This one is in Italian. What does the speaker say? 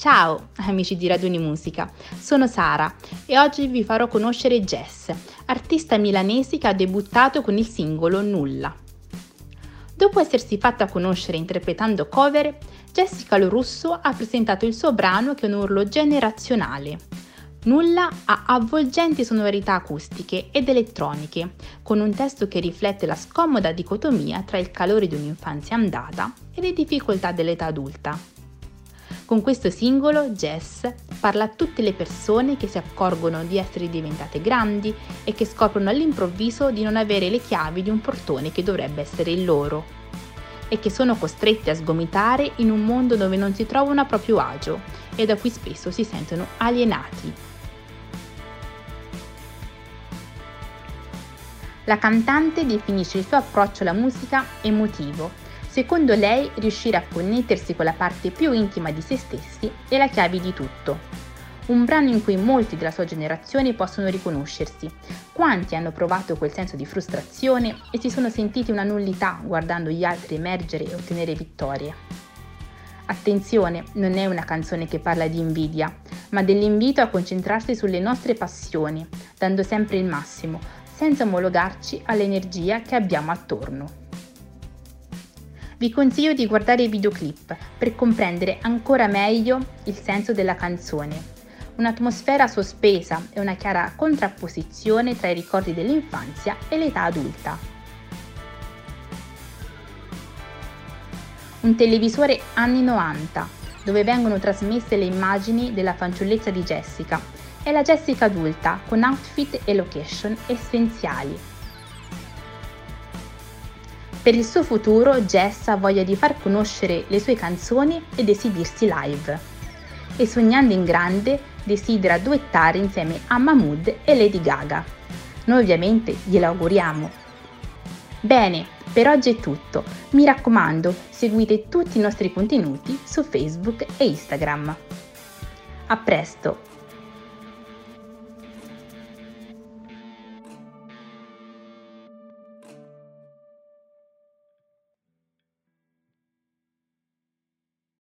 Ciao amici di Raduni Musica, sono Sara e oggi vi farò conoscere Jess, artista milanese che ha debuttato con il singolo Nulla. Dopo essersi fatta conoscere interpretando cover, Jessica Lorusso ha presentato il suo brano che è un urlo generazionale. Nulla ha avvolgenti sonorità acustiche ed elettroniche, con un testo che riflette la scomoda dicotomia tra il calore di un'infanzia andata e le difficoltà dell'età adulta. Con questo singolo, Jess parla a tutte le persone che si accorgono di essere diventate grandi e che scoprono all'improvviso di non avere le chiavi di un portone che dovrebbe essere il loro e che sono costrette a sgomitare in un mondo dove non si trovano a proprio agio e da cui spesso si sentono alienati. La cantante definisce il suo approccio alla musica emotivo. Secondo lei, riuscire a connettersi con la parte più intima di se stessi è la chiave di tutto. Un brano in cui molti della sua generazione possono riconoscersi. Quanti hanno provato quel senso di frustrazione e si sono sentiti una nullità guardando gli altri emergere e ottenere vittorie. Attenzione, non è una canzone che parla di invidia, ma dell'invito a concentrarsi sulle nostre passioni, dando sempre il massimo, senza omologarci all'energia che abbiamo attorno. Vi consiglio di guardare i videoclip per comprendere ancora meglio il senso della canzone. Un'atmosfera sospesa e una chiara contrapposizione tra i ricordi dell'infanzia e l'età adulta. Un televisore anni 90, dove vengono trasmesse le immagini della fanciullezza di Jessica e la Jessica adulta con outfit e location essenziali. Per il suo futuro, Jess ha voglia di far conoscere le sue canzoni ed esibirsi live. E sognando in grande, desidera duettare insieme a Mahmood e Lady Gaga. Noi ovviamente glielo auguriamo. Bene, per oggi è tutto. Mi raccomando, seguite tutti i nostri contenuti su Facebook e Instagram. A presto!